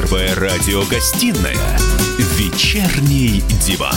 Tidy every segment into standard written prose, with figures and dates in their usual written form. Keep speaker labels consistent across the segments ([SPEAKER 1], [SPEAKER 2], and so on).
[SPEAKER 1] Первая радиогостинная «Вечерний диван».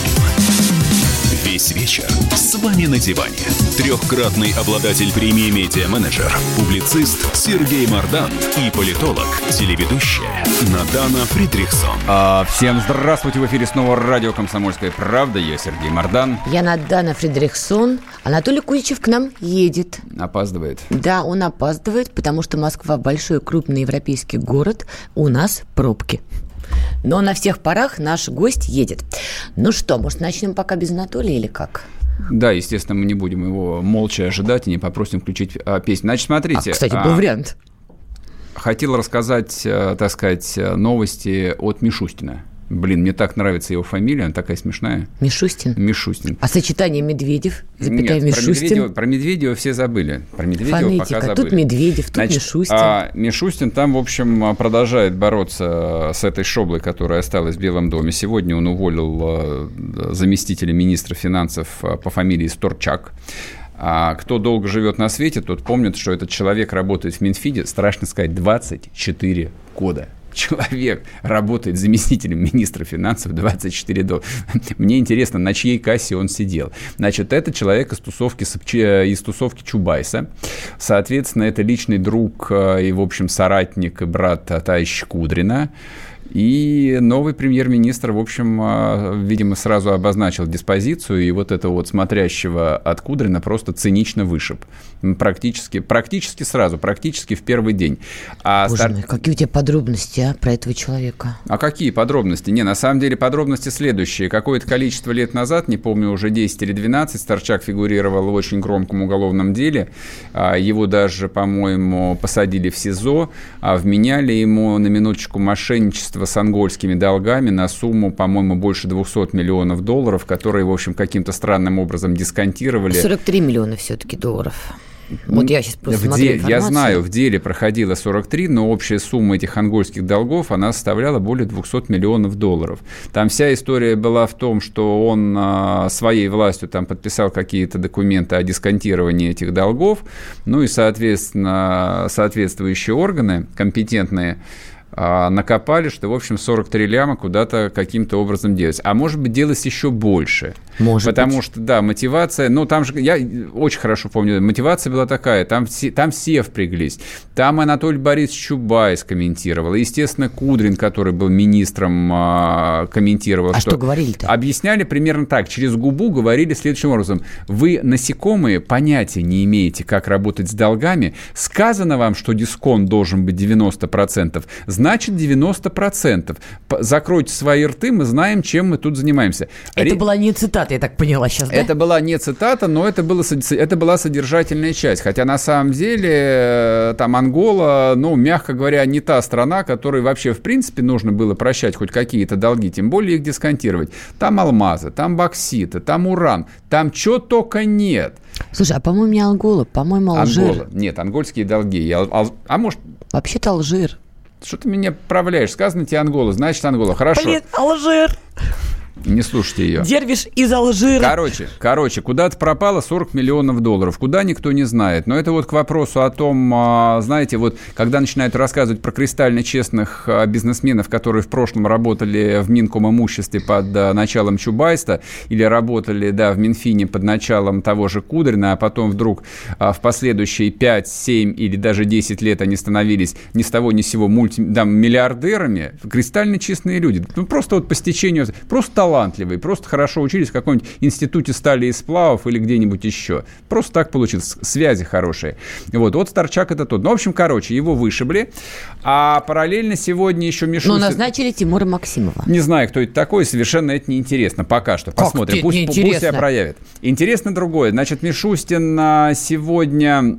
[SPEAKER 1] Весь вечер с вами на диване. Трехкратный обладатель премии «Медиа-менеджер», публицист Сергей Мардан и политолог, телеведущая Надана Фридрихсон.
[SPEAKER 2] Всем здравствуйте, в эфире снова радио «Комсомольская правда». Я Сергей Мардан.
[SPEAKER 3] Я Надана Фридрихсон. Анатолий Кузичев к нам едет.
[SPEAKER 2] Опаздывает.
[SPEAKER 3] Да, он опаздывает, потому что Москва большой, крупный европейский город. У нас пробки. Но на всех парах наш гость едет. Ну что, может, начнем пока без Анатолия или как?
[SPEAKER 2] Да, естественно, мы не будем его молча ожидать и не попросим включить песню. Значит, смотрите.
[SPEAKER 3] Кстати, был вариант.
[SPEAKER 2] Хотел рассказать, так сказать, новости от Мишустина. Блин, мне так нравится его фамилия, она такая смешная.
[SPEAKER 3] Мишустин?
[SPEAKER 2] Мишустин.
[SPEAKER 3] А сочетание Медведев, запятая Мишустин?
[SPEAKER 2] Про Медведева все забыли. Про Медведева
[SPEAKER 3] фонетика.
[SPEAKER 2] Пока забыли.
[SPEAKER 3] Тут Медведев, тут Мишустин.
[SPEAKER 2] Мишустин там, в общем, продолжает бороться с этой шоблой, которая осталась в Белом доме. Сегодня он уволил заместителя министра финансов по фамилии Сторчак. А кто долго живет на свете, тот помнит, что этот человек работает в Минфине, страшно сказать, 24 года. Человек работает заместителем министра финансов 24 года. Мне интересно, на чьей кассе он сидел. Значит, это человек из тусовки Чубайса. Соответственно, это личный друг и, в общем, соратник и брат товарища Кудрина. И новый премьер-министр, в общем, видимо, сразу обозначил диспозицию, и вот этого вот смотрящего от Кудрина просто цинично вышиб. Практически сразу, практически в первый день.
[SPEAKER 3] Боже мой, какие у тебя подробности про этого человека? А
[SPEAKER 2] какие подробности? На самом деле подробности следующие. Какое-то количество лет назад, не помню, уже 10 или 12, Сторчак фигурировал в очень громком уголовном деле. Его даже, по-моему, посадили в СИЗО, вменяли ему на минуточку мошенничество с ангольскими долгами на сумму, по-моему, больше $200 миллионов, которые, в общем, каким-то странным образом дисконтировали.
[SPEAKER 3] 43 миллиона все-таки долларов. Вот я сейчас просто смотрю информацию.
[SPEAKER 2] Я знаю, в деле проходило 43, но общая сумма этих ангольских долгов, она составляла более $200 миллионов. Там вся история была в том, что он своей властью там подписал какие-то документы о дисконтировании этих долгов, ну и, соответственно, соответствующие органы компетентные накопали, что, в общем, 43 ляма куда-то каким-то образом делать. А может быть, делать еще больше. Потому что, да, мотивация... там же, я очень хорошо помню, мотивация была такая, там все впряглись. Там Анатолий Борисович Чубайс комментировал. Естественно, Кудрин, который был министром, комментировал.
[SPEAKER 3] Что говорили-то?
[SPEAKER 2] Объясняли примерно так. Через губу говорили следующим образом. Вы, насекомые, понятия не имеете, как работать с долгами. Сказано вам, что дисконт должен быть 90%. Значит, 90%. Закройте свои рты, мы знаем, чем мы тут занимаемся.
[SPEAKER 3] Это была не цитата, я так поняла сейчас, да?
[SPEAKER 2] Это была не цитата, но это была содержательная часть. Хотя, на самом деле, там Ангола, мягко говоря, не та страна, которой вообще, в принципе, нужно было прощать хоть какие-то долги, тем более их дисконтировать. Там алмазы, там бокситы, там уран, там чего только нет.
[SPEAKER 3] Слушай, по-моему, не Ангола, по-моему, Алжир.
[SPEAKER 2] Ангола. Нет, ангольские долги. Может...
[SPEAKER 3] Вообще-то Алжир.
[SPEAKER 2] Что ты меня отправляешь? Сказано тебе Ангола, значит Ангола. Хорошо.
[SPEAKER 3] Блин, Алжир.
[SPEAKER 2] Не слушайте ее.
[SPEAKER 3] Дервиш из Алжира.
[SPEAKER 2] Короче, куда-то пропало $40 миллионов. Куда, никто не знает. Но это вот к вопросу о том, знаете, вот когда начинают рассказывать про кристально честных бизнесменов, которые в прошлом работали в Минкомимуществе под началом Чубайса или работали, в Минфине под началом того же Кудрина, а потом вдруг в последующие 5, 7 или даже 10 лет они становились ни с того ни с сего миллиардерами. Кристально честные люди. Просто вот по стечению, просто талантливые, просто хорошо учились в каком-нибудь институте стали и сплавов или где-нибудь еще. Просто так получилось. Связи хорошие. Вот Сторчак это тот. В общем, его вышибли. А параллельно сегодня еще Мишустин...
[SPEAKER 3] Но назначили Тимура Максимова.
[SPEAKER 2] Не знаю, кто это такой, совершенно это неинтересно. Пока что. Посмотрим. Пусть себя проявит. Интересно другое. Значит, Мишустин сегодня...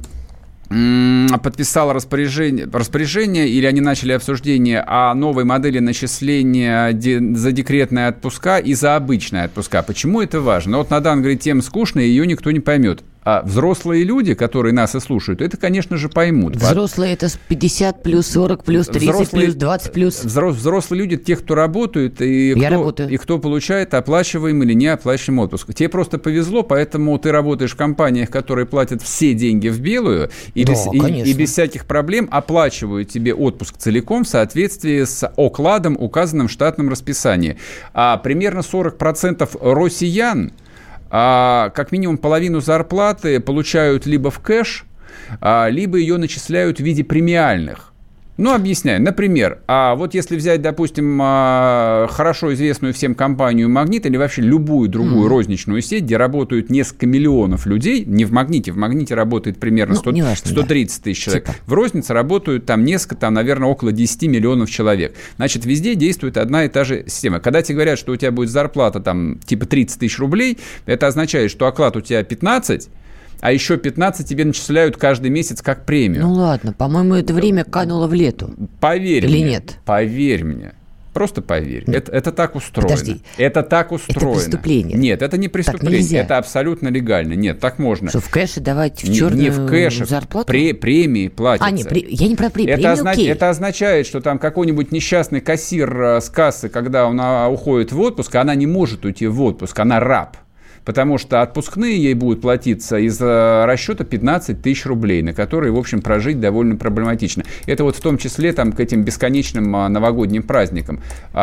[SPEAKER 2] подписал распоряжение, или они начали обсуждение о новой модели начисления за декретные отпуска и за обычные отпуска. Почему это важно? Вот Надан говорит, тема скучная, ее никто не поймет. А взрослые люди, которые нас и слушают, это, конечно же, поймут.
[SPEAKER 3] Взрослые – это 50 плюс, 40 плюс, 30 плюс, 20 плюс.
[SPEAKER 2] Взрослые люди – те, кто работают, и кто получает оплачиваемый или неоплачиваемый отпуск. Тебе просто повезло, поэтому ты работаешь в компаниях, которые платят все деньги в белую, и без всяких проблем оплачивают тебе отпуск целиком в соответствии с окладом, указанным в штатном расписании. А примерно 40% россиян как минимум половину зарплаты получают либо в кэш, либо ее начисляют в виде премиальных. Ну, объясняю. Например, вот если взять, допустим, хорошо известную всем компанию «Магнит» или вообще любую другую розничную сеть, где работают несколько миллионов людей, не в «Магните», в «Магните» работает примерно 130 тысяч человек, в рознице работают там несколько, наверное, около 10 миллионов человек. Значит, везде действует одна и та же система. Когда тебе говорят, что у тебя будет зарплата там типа 30 тысяч рублей, это означает, что оклад у тебя 15, а еще 15 тебе начисляют каждый месяц как премию.
[SPEAKER 3] Ну ладно, по-моему, это время кануло в лету.
[SPEAKER 2] Поверь
[SPEAKER 3] или
[SPEAKER 2] мне.
[SPEAKER 3] Нет?
[SPEAKER 2] Поверь мне. Просто поверь. Это так устроено.
[SPEAKER 3] Подожди.
[SPEAKER 2] Это так устроено.
[SPEAKER 3] Это преступление.
[SPEAKER 2] Нет, это не преступление. Это абсолютно легально. Нет, так можно.
[SPEAKER 3] Что, в кэше давать в черную
[SPEAKER 2] не в кэше,
[SPEAKER 3] зарплату?
[SPEAKER 2] Премии платятся.
[SPEAKER 3] Я не про премии.
[SPEAKER 2] Это означает, что там какой-нибудь несчастный кассир с кассы, когда она уходит в отпуск, она не может уйти в отпуск, она раб. Потому что отпускные ей будут платиться из расчета 15 тысяч рублей, на которые, в общем, прожить довольно проблематично. Это вот в том числе там, к этим бесконечным новогодним праздникам.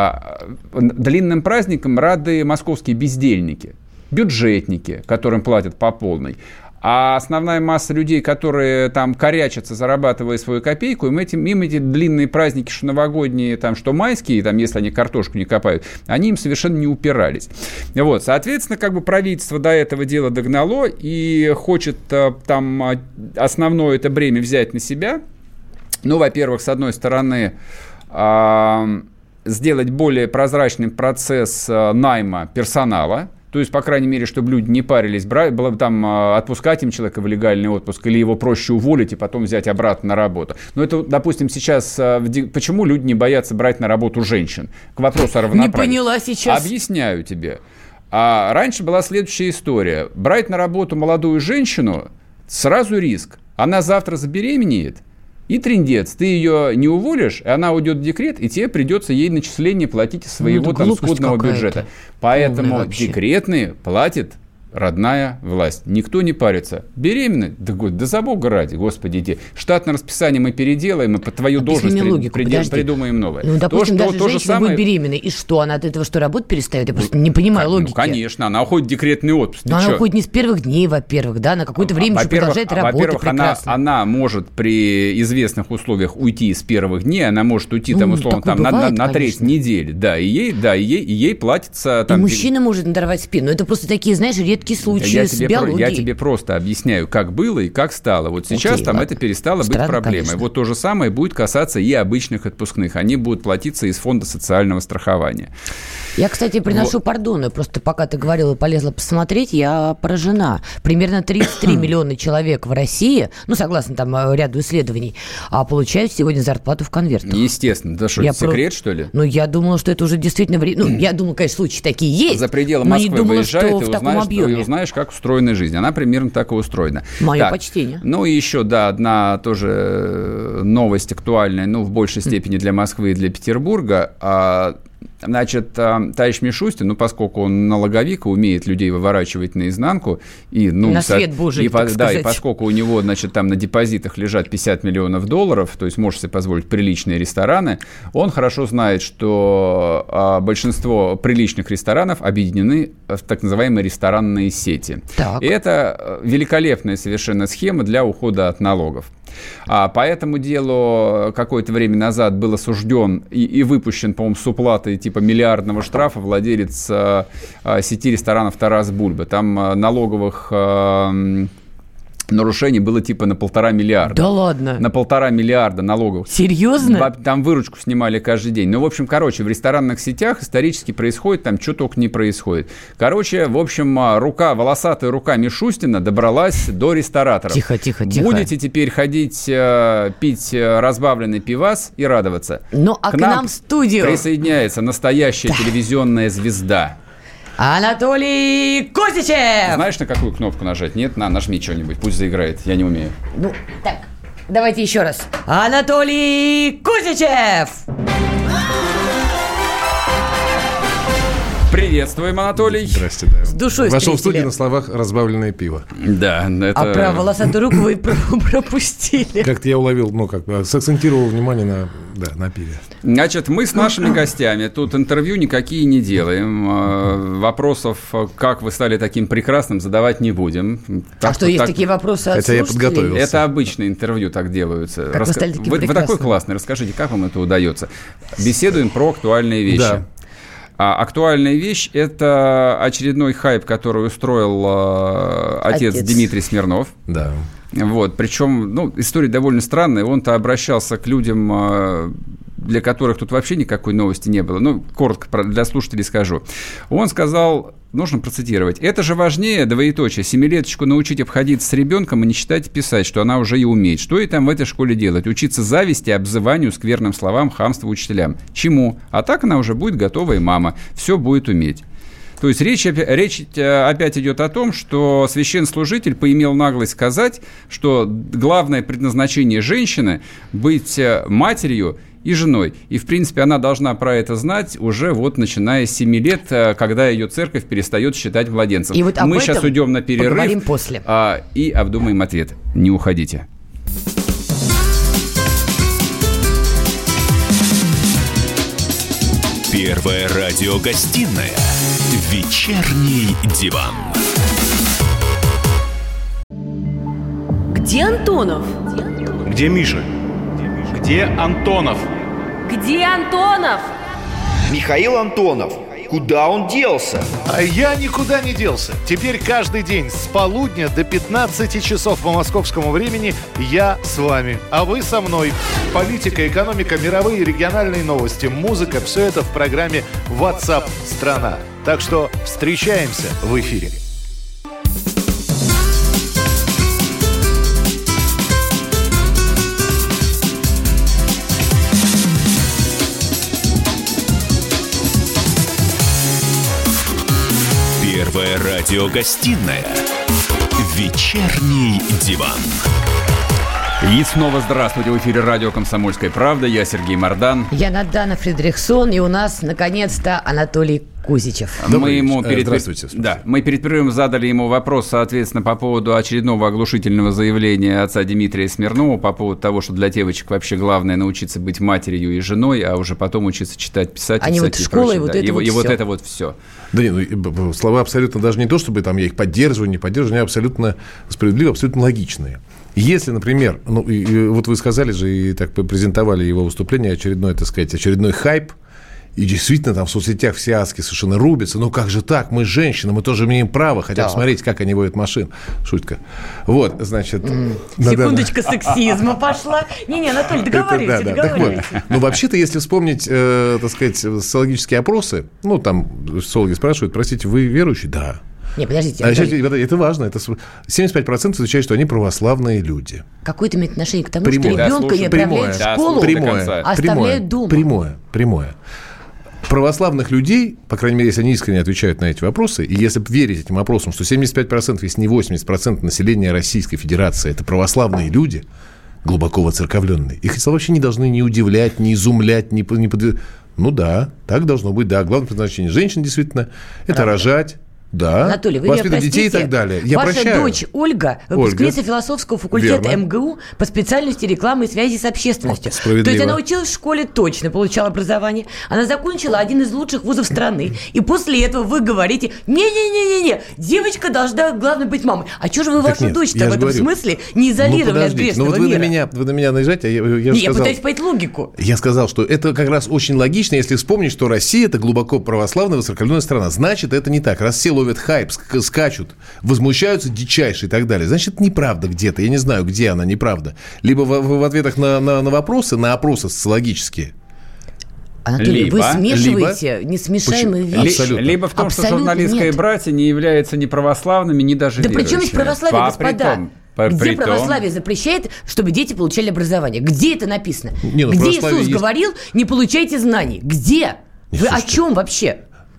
[SPEAKER 2] Длинным праздникам рады московские бездельники, бюджетники, которым платят по полной. А основная масса людей, которые там корячатся, зарабатывая свою копейку, им эти длинные праздники, что новогодние, там, что майские, там, если они картошку не копают, они им совершенно не упирались. Вот, соответственно, как бы правительство до этого дела догнало и хочет там основное это бремя взять на себя. Ну, во-первых, с одной стороны, сделать более прозрачным процесс найма персонала. То есть, по крайней мере, чтобы люди не парились, отпускать им человека в легальный отпуск, или его проще уволить и потом взять обратно на работу. Но это, допустим, сейчас... Почему люди не боятся брать на работу женщин? К вопросу о равноправии.
[SPEAKER 3] Не поняла сейчас.
[SPEAKER 2] Объясняю тебе. Раньше была следующая история. Брать на работу молодую женщину – сразу риск. Она завтра забеременеет, и трындец, ты ее не уволишь, и она уйдет в декрет, и тебе придется ей начисление платить из своего там скудного бюджета. Поэтому декретные платит родная власть. Никто не парится. Беременны? Да за Бога ради, Господи, иди. Штатное расписание мы переделаем, и под твою должность придумаем новое.
[SPEAKER 3] Ну, допустим, даже женщина будет беременной, и что? Она от этого что, работу перестает? Я просто не понимаю логики.
[SPEAKER 2] Ну, конечно, она уходит в декретный отпуск.
[SPEAKER 3] Но она уходит не с первых дней, во-первых, да, на какое-то время еще продолжает работать.
[SPEAKER 2] Во-первых, она может при известных условиях уйти с первых дней, она может уйти, там, условно, там, бывает, на третьей неделе. Да, и ей платится... Там,
[SPEAKER 3] и мужчина может надорвать спину. Это просто такие, знаешь, редкие случаи с биологией.
[SPEAKER 2] Я тебе просто объясняю, как было и как стало. Вот сейчас это перестало быть проблемой. Конечно. Вот то же самое будет касаться и обычных отпускных. Они будут платиться из фонда социального страхования.
[SPEAKER 3] Я, кстати, приношу пардоны. Просто пока ты говорила, полезла посмотреть, я поражена. Примерно 33 миллиона человек в России, ну, согласно там ряду исследований, получают сегодня зарплату в конвертах.
[SPEAKER 2] Естественно. Да что, это секрет, что ли?
[SPEAKER 3] Ну, я думала, что это уже действительно... Ну, я думала, конечно, случаи такие есть.
[SPEAKER 2] За пределы Москвы выезжает, и узнаешь, как устроена жизнь. Она примерно так и устроена.
[SPEAKER 3] Мое почтение.
[SPEAKER 2] Ну, и еще, да, одна тоже новость актуальная, ну, в большей степени для Москвы и для Петербурга. Значит, товарищ Мишустин, ну, поскольку он налоговик, умеет людей выворачивать наизнанку, и, ну,
[SPEAKER 3] на свет Божий, так сказать.
[SPEAKER 2] И поскольку у него, значит, там на депозитах лежат 50 миллионов долларов, то есть может себе позволить приличные рестораны, он хорошо знает, что большинство приличных ресторанов объединены в так называемые ресторанные сети. Так. И это великолепная совершенно схема для ухода от налогов. По этому делу какое-то время назад был осужден и выпущен, по-моему, с уплатой типа миллиардного штрафа владелец сети ресторанов «Тарас Бульба». Там налоговых нарушений было типа на 1,5 миллиарда.
[SPEAKER 3] Да ладно?
[SPEAKER 2] На 1,5 миллиарда налогов.
[SPEAKER 3] Серьезно?
[SPEAKER 2] Там выручку снимали каждый день. Ну, в общем, в ресторанных сетях исторически происходит, там что только не происходит. В общем, волосатая рука Мишустина добралась до рестораторов.
[SPEAKER 3] Тихо.
[SPEAKER 2] Будете теперь ходить пить разбавленный пивас и радоваться.
[SPEAKER 3] Ну, к нам в студию
[SPEAKER 2] присоединяется настоящая телевизионная звезда.
[SPEAKER 3] Анатолий Кузичев!
[SPEAKER 2] Знаешь, на какую кнопку нажать? Нет? Нажми что-нибудь, пусть заиграет. Я не умею.
[SPEAKER 3] Ну, так, давайте еще раз. Анатолий Кузичев!
[SPEAKER 2] Приветствуем, Анатолий.
[SPEAKER 4] Здрасте, да.
[SPEAKER 3] С душой
[SPEAKER 4] Вошел в
[SPEAKER 3] встретили.
[SPEAKER 4] студию на словах разбавленное пиво.
[SPEAKER 2] Да, это...
[SPEAKER 3] А про волосатую руку вы пропустили.
[SPEAKER 4] Как-то я уловил, сакцентировал внимание на пиве.
[SPEAKER 2] Значит, мы с нашими гостями тут интервью никакие не делаем. Вопросов, как вы стали таким прекрасным, задавать не будем.
[SPEAKER 3] А что, есть такие вопросы от
[SPEAKER 4] Хотя я
[SPEAKER 3] слушателей?
[SPEAKER 4] подготовился.
[SPEAKER 2] Это обычные интервью так делаются.
[SPEAKER 3] Как вы стали таким
[SPEAKER 2] Вы
[SPEAKER 3] прекрасным?
[SPEAKER 2] такой классный, расскажите, как вам это удается? Беседуем про актуальные вещи.
[SPEAKER 4] Да.
[SPEAKER 2] А актуальная вещь – это очередной хайп, который устроил отец Дмитрий Смирнов.
[SPEAKER 4] Да.
[SPEAKER 2] Вот, причем, история довольно странная. Он-то обращался к людям, для которых тут вообще никакой новости не было. Коротко для слушателей скажу. Он сказал, нужно процитировать: «Это же важнее, двоеточие, 7-леточку научить обходиться с ребенком и не читать и писать, что она уже и умеет. Что ей там в этой школе делать? Учиться зависти, обзыванию, скверным словам, хамству учителям. Чему? А так она уже будет готовая мама. Все будет уметь». То есть речь опять идет о том, что священнослужитель поимел наглость сказать, что главное предназначение женщины – быть матерью и женой. И, в принципе, она должна про это знать уже начиная с 7 лет, когда ее церковь перестает считать младенцем.
[SPEAKER 3] И вот
[SPEAKER 2] мы сейчас уйдем на перерыв
[SPEAKER 3] поговорим после.
[SPEAKER 2] И обдумаем ответ. Не уходите.
[SPEAKER 1] Первая радиогостинная «Вечерний диван».
[SPEAKER 5] Где Антонов?
[SPEAKER 6] Где Миша? Где Антонов?
[SPEAKER 5] Где Антонов?
[SPEAKER 7] Михаил Антонов. Куда он делся?
[SPEAKER 8] А я никуда не делся. Теперь каждый день с полудня до 15 часов по московскому времени я с вами, а вы со мной. Политика, экономика, мировые и региональные новости, музыка – все это в программе WhatsApp страна. Так что встречаемся в эфире.
[SPEAKER 1] Первая радиогостинная «Вечерний диван».
[SPEAKER 2] И снова здравствуйте. В эфире радио «Комсомольская правда». Я Сергей Мордан.
[SPEAKER 3] Я Надана Фридрихсон, и у нас, наконец-то, Анатолий Кузичев.
[SPEAKER 4] Здравствуйте.
[SPEAKER 2] Мы перед перерывом задали ему вопрос, соответственно, по поводу очередного оглушительного заявления отца Дмитрия Смирнова по поводу того, что для девочек вообще главное научиться быть матерью и женой, а уже потом учиться читать, писать.
[SPEAKER 3] А не вот школа, и вот это вот
[SPEAKER 2] и
[SPEAKER 3] все.
[SPEAKER 2] вот это вот все.
[SPEAKER 4] Да нет, слова абсолютно даже не то, чтобы там я их поддерживаю, не поддерживаю, они абсолютно справедливые, абсолютно логичные. Если, например, вот вы сказали же и так презентовали его выступление, очередной хайп, и действительно там в соцсетях все адски совершенно рубятся. Как же так? Мы женщины, мы тоже имеем право. Хотя посмотрите, как они водят машин. Шутка. Вот, значит...
[SPEAKER 3] Секундочка сексизма пошла. Не-не, Анатолий, договаривайте.
[SPEAKER 4] Так вот, вообще-то, если вспомнить, социологические опросы, там социологи спрашивают, простите, вы верующий? Да.
[SPEAKER 3] Не, подождите.
[SPEAKER 4] Это важно. 75% отвечают, что они православные люди.
[SPEAKER 3] Какое это имеет отношение к тому,
[SPEAKER 4] Прямое.
[SPEAKER 3] что ребенка не отправляют в школу,
[SPEAKER 4] Прямое.
[SPEAKER 3] оставляют дома?
[SPEAKER 4] Прямое. Православных людей, по крайней мере, если они искренне отвечают на эти вопросы, и если верить этим опросам, что 75%, если не 80% населения Российской Федерации – это православные люди, глубоко воцерковленные, их слова вообще не должны ни удивлять, ни изумлять, да, так должно быть, да. Главное предназначение женщин, действительно, это рожать. Да,
[SPEAKER 3] Анатолий, вы меня
[SPEAKER 4] воспитывать детей и так далее. Я
[SPEAKER 3] Ваша
[SPEAKER 4] прощаю.
[SPEAKER 3] дочь Ольга, выпускница философского факультета МГУ по специальности рекламы и связи с общественностью.
[SPEAKER 4] Справедливо.
[SPEAKER 3] То есть она училась в школе, точно получала образование. Она закончила один из лучших вузов страны. И после этого вы говорите: не-не-не-не-не, девочка должна, главное, быть мамой. А что же вы вашу дочь-то в этом смысле не изолировали от грешного мира?
[SPEAKER 4] Вы на меня наезжаете,
[SPEAKER 3] Я пытаюсь понять логику.
[SPEAKER 4] Я сказал, что это как раз очень логично, если вспомнить, что Россия – это глубоко православная, воцерковленная страна. Значит, это не так. Раз все ловят хайп, скачут, возмущаются дичайше и так далее, значит, неправда где-то. Я не знаю, где она неправда. Либо в ответах на вопросы, на опросы социологические.
[SPEAKER 3] Анатолий, вы смешиваете несмешаемые вещи.
[SPEAKER 2] Либо в том, что журналистские братья не являются ни православными, ни даже верующими.
[SPEAKER 3] Да при чем здесь православие, господа? Где православие запрещает, чтобы дети получали образование? Где это написано? Где Иисус говорил: не получайте знаний? Где? Вы о чем вообще?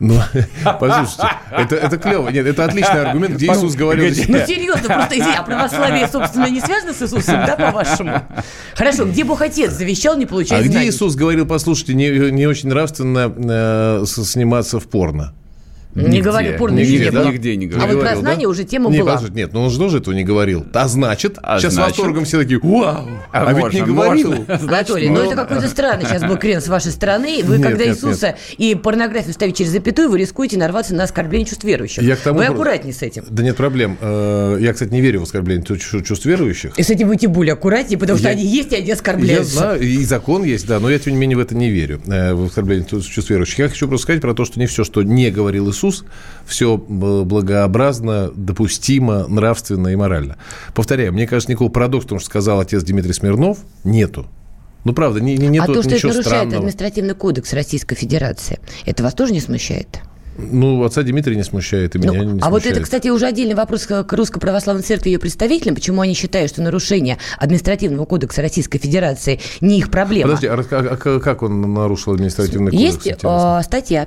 [SPEAKER 4] Ну, послушайте, это клево. Нет, это отличный аргумент, где Иисус говорил...
[SPEAKER 3] Ну, серьезно, просто а православие, собственно, не связано с Иисусом, да, по-вашему? Хорошо, где Бог Отец завещал не получать знаний?
[SPEAKER 4] А где Иисус говорил, послушайте, не очень нравственно сниматься в порно?
[SPEAKER 3] Не говорил, порно нигде
[SPEAKER 2] не говорил.
[SPEAKER 3] А вот про знания уже тема была.
[SPEAKER 4] Нет, он же тоже этого не говорил. А значит, сейчас с восторгом все такие, вау, ведь не говорил.
[SPEAKER 3] Анатолий, это какой-то странный сейчас был крен с вашей стороны. Вы, когда Иисуса и порнографию ставите через запятую, вы рискуете нарваться на оскорбление чувств верующих. Вы аккуратнее с этим.
[SPEAKER 4] Да нет проблем. Я, кстати, не верю в оскорбление чувств верующих.
[SPEAKER 3] И с этим будьте более аккуратнее, потому что они есть, и они оскорбляются.
[SPEAKER 4] Я знаю, и закон есть, да, но я, тем не менее, в это не верю, в оскорбление чувств верующих. Я хочу просто сказать про то, что не все, что не говорил Иисус, все благообразно, допустимо, нравственно и морально. Повторяю, мне кажется, никакого парадокса в том, что сказал отец Дмитрий Смирнов, нету. Ну, правда, нету ничего странного. А то, что это нарушает
[SPEAKER 3] административный кодекс Российской Федерации, это вас тоже не смущает?
[SPEAKER 4] Ну, отца Дмитрия не смущает, и меня не смущает.
[SPEAKER 3] А вот это, кстати, уже отдельный вопрос к Русской Православной Церкви и ее представителям. Почему они считают, что нарушение административного кодекса Российской Федерации не их проблема?
[SPEAKER 4] Подожди, а как он нарушил административный кодекс?
[SPEAKER 3] Есть статья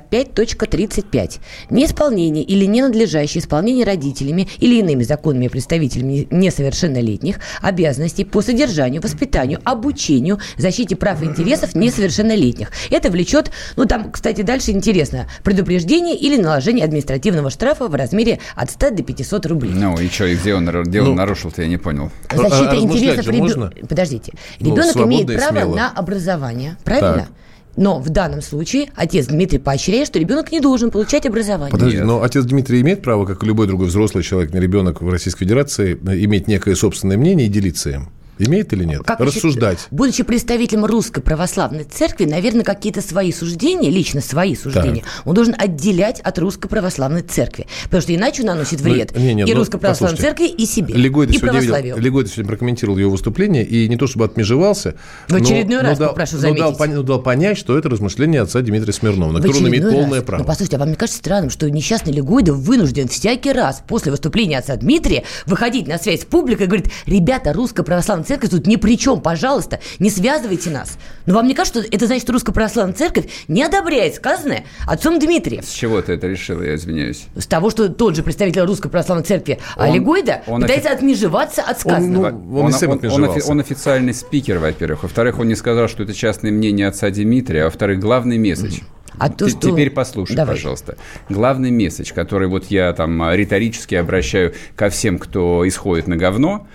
[SPEAKER 3] 5.35. Неисполнение или ненадлежащее исполнение родителями или иными законными представителями несовершеннолетних обязанностей по содержанию, воспитанию, обучению, защите прав и интересов несовершеннолетних. Это влечет, там, кстати, дальше интересно, предупреждение или наложение административного штрафа в размере от 100 до 500 рублей.
[SPEAKER 2] Ну и что, и где он нарушил-то, я не понял.
[SPEAKER 3] Защита интересов ребенка. Подождите. Ребенок имеет право на образование, правильно? Так. Но в данном случае отец Дмитрий поощряет, что ребенок не должен получать образование.
[SPEAKER 4] Подожди, но отец Дмитрий имеет право, как и любой другой взрослый человек, не ребенок в Российской Федерации, иметь некое собственное мнение и делиться им? Имеет или нет?
[SPEAKER 3] Как
[SPEAKER 4] рассуждать.
[SPEAKER 3] Будучи представителем Русской Православной Церкви, наверное, какие-то свои суждения, лично свои суждения, он должен отделять от Русской Православной Церкви. Потому что иначе он наносит вред и Русской Православной Церкви, и себе, и православию.
[SPEAKER 4] Легойда сегодня прокомментировал его выступление, и не то чтобы отмежевался,
[SPEAKER 3] в очередной раз попрошу заметить.
[SPEAKER 4] Но дал понять, что это размышление отца Дмитрия Смирнова, на которое он имеет полное право.
[SPEAKER 3] Но послушайте, а вам не кажется странным, что несчастный Легойда вынужден всякий раз после выступления отца Дмитрия выходить на связь с публикой и говорит: ребята, Русская Православная Церковь тут ни при чем, пожалуйста, не связывайте нас. Но вам не кажется, что это значит, что Русская Православная Церковь не одобряет сказанное отцом Дмитрием?
[SPEAKER 2] С чего ты это решил, я извиняюсь?
[SPEAKER 3] С того, что тот же представитель Русской Православной Церкви Легойда пытается отмежеваться от сказанного.
[SPEAKER 2] Он официальный спикер, во-первых. Во-вторых, он не сказал, что это частное мнение отца Дмитрия. А во-вторых, главный месседж. Теперь послушай, пожалуйста. Главный месседж, который вот я там риторически обращаю ко всем, кто исходит на говно.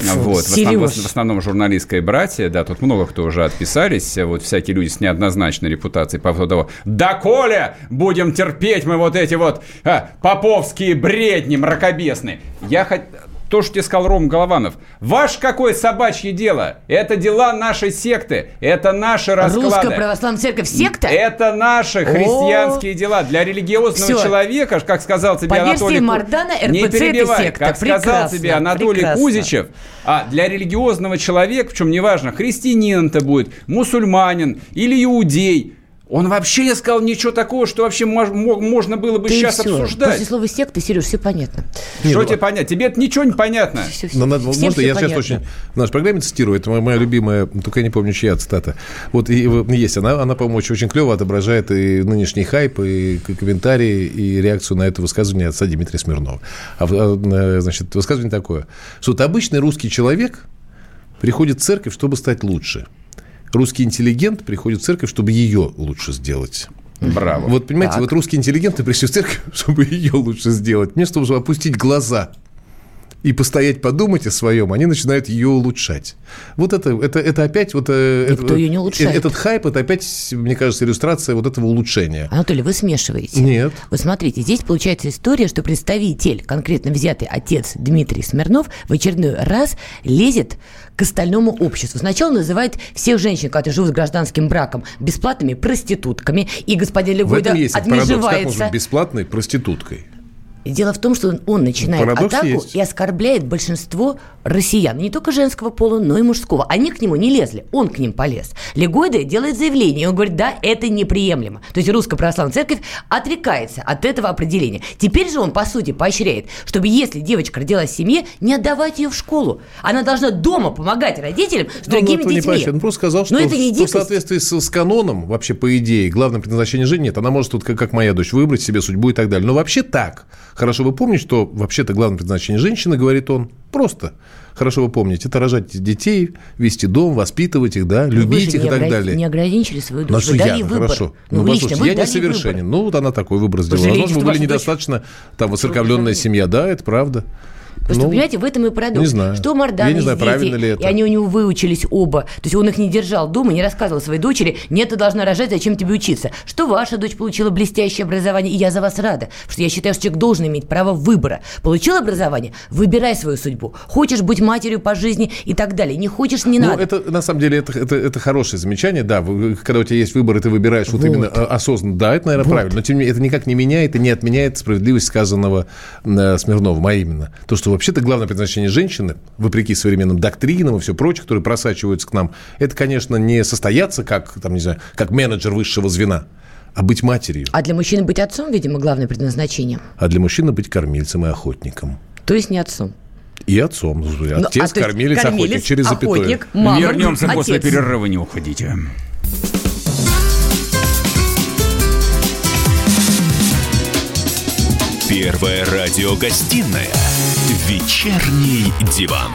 [SPEAKER 2] В основном журналистское братье, да, тут много кто уже отписались, вот всякие люди с неоднозначной репутацией по поводу того: «Доколе будем терпеть мы вот эти вот поповские бредни мракобесные». То, что тебе сказал Рома Голованов. Ваше какое собачье дело? Это дела нашей секты. Это наши расклады.
[SPEAKER 3] Русская Православная Церковь секта?
[SPEAKER 2] Это наши христианские дела. Для религиозного человека, как сказал тебе Анатолий
[SPEAKER 3] Мардана,
[SPEAKER 2] не перебивай, как сказал тебе Анатолий Кузичев, а для религиозного человека, причем неважно, христианин это будет, мусульманин или иудей, он вообще не сказал ничего такого, что вообще можно было бы сейчас обсуждать.
[SPEAKER 3] После слова секты, Сереж, все понятно.
[SPEAKER 2] Что тебе понятно? Тебе это ничего не понятно.
[SPEAKER 4] Можно я сейчас очень в нашей программе цитирую. Это моя любимая, только я не помню, чья цитата. Вот есть она, по-моему, очень клево отображает и нынешний хайп, и комментарии, и реакцию на это высказывание отца Дмитрия Смирнова. Значит, высказывание такое, что вот обычный русский человек приходит в церковь, чтобы стать лучше. Русский интеллигент приходит в церковь, чтобы ее лучше сделать.
[SPEAKER 2] Браво.
[SPEAKER 4] Вот, понимаете, вот русский интеллигент пришел в церковь, чтобы ее лучше сделать. Вместо того, чтобы опустить глаза и постоять, подумать о своем, они начинают ее улучшать. Вот это опять...
[SPEAKER 3] Никто ее не улучшает.
[SPEAKER 4] Этот хайп, это опять, мне кажется, иллюстрация вот этого улучшения.
[SPEAKER 3] Анатолий, вы смешиваете.
[SPEAKER 4] Нет.
[SPEAKER 3] Вы смотрите, здесь получается история, что представитель, конкретно взятый отец Дмитрий Смирнов, в очередной раз лезет к остальному обществу. Сначала называет всех женщин, которые живут с гражданским браком, бесплатными проститутками, и господин Легойда отмежевается.
[SPEAKER 4] Как может быть бесплатной проституткой?
[SPEAKER 3] Дело в том, что он начинает
[SPEAKER 4] Парадокс
[SPEAKER 3] атаку
[SPEAKER 4] есть.
[SPEAKER 3] и оскорбляет большинство россиян. Не только женского пола, но и мужского. Они к нему не лезли, он к ним полез. Легойда делает заявление, и он говорит, да, это неприемлемо. То есть Русская Православная Церковь отрекается от этого определения. Теперь же он, по сути, поощряет, чтобы если девочка родилась в семье, не отдавать ее в школу. Она должна дома помогать родителям с другими детьми.
[SPEAKER 4] Он просто сказал, что в соответствии с каноном, вообще, по идее, главное предназначение жизни нет. Она может тут, как моя дочь, выбрать себе судьбу и так далее. Но вообще так. Хорошо вы помните, что вообще-то главное предназначение женщины, говорит он, просто. Хорошо вы помните, это рожать детей, вести дом, воспитывать их, да, любить их и так далее.
[SPEAKER 3] Не ограничили свою дочь,
[SPEAKER 4] вы дали выбор. Хорошо. Послушайте, я несовершенен. Ну, вот она такой выбор сделала. Возможно, вы были недостаточно там воцерковленная семья. Да, это правда.
[SPEAKER 3] Потому что, понимаете, в этом и парадокс.
[SPEAKER 4] Не знаю.
[SPEAKER 3] Что Мардан
[SPEAKER 4] и дети,
[SPEAKER 3] и они у него выучились оба. То есть он их не держал дома, не рассказывал своей дочери, нет, ты должна рожать, зачем тебе учиться. Что ваша дочь получила блестящее образование, и я за вас рада. Потому что я считаю, что человек должен иметь право выбора. Получил образование, выбирай свою судьбу. Хочешь быть матерью по жизни и так далее. Не хочешь, не надо.
[SPEAKER 4] Это, на самом деле, это хорошее замечание. Да, когда у тебя есть выбор, и ты выбираешь вот именно осознанно. Да, это, наверное, правильно. Но тем не менее, это никак не меняет и не отменяет справедливость сказанного Смирновым. А именно, то, что вообще-то главное предназначение женщины, вопреки современным доктринам и все прочее, которые просачиваются к нам, это, конечно, не состояться как, там, не знаю, как менеджер высшего звена, а быть матерью.
[SPEAKER 3] А для мужчины быть отцом, видимо, главное предназначение.
[SPEAKER 4] А для мужчины быть кормильцем и охотником.
[SPEAKER 3] То есть не отцом.
[SPEAKER 4] И отцом. Отец, кормилец, охотник. Через запятую.
[SPEAKER 2] Вернемся после перерыва, не уходите.
[SPEAKER 1] Первая радиогостинная «Вечерний диван».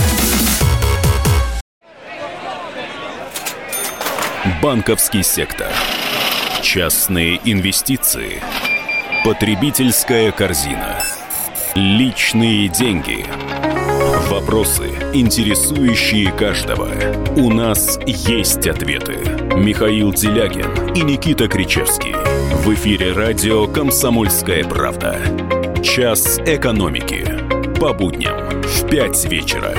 [SPEAKER 1] Банковский сектор. Частные инвестиции. Потребительская корзина. Личные деньги. Вопросы, интересующие каждого. У нас есть ответы. Михаил Делягин и Никита Кричевский. В эфире радио «Комсомольская правда». Час экономики. По будням в 5 вечера.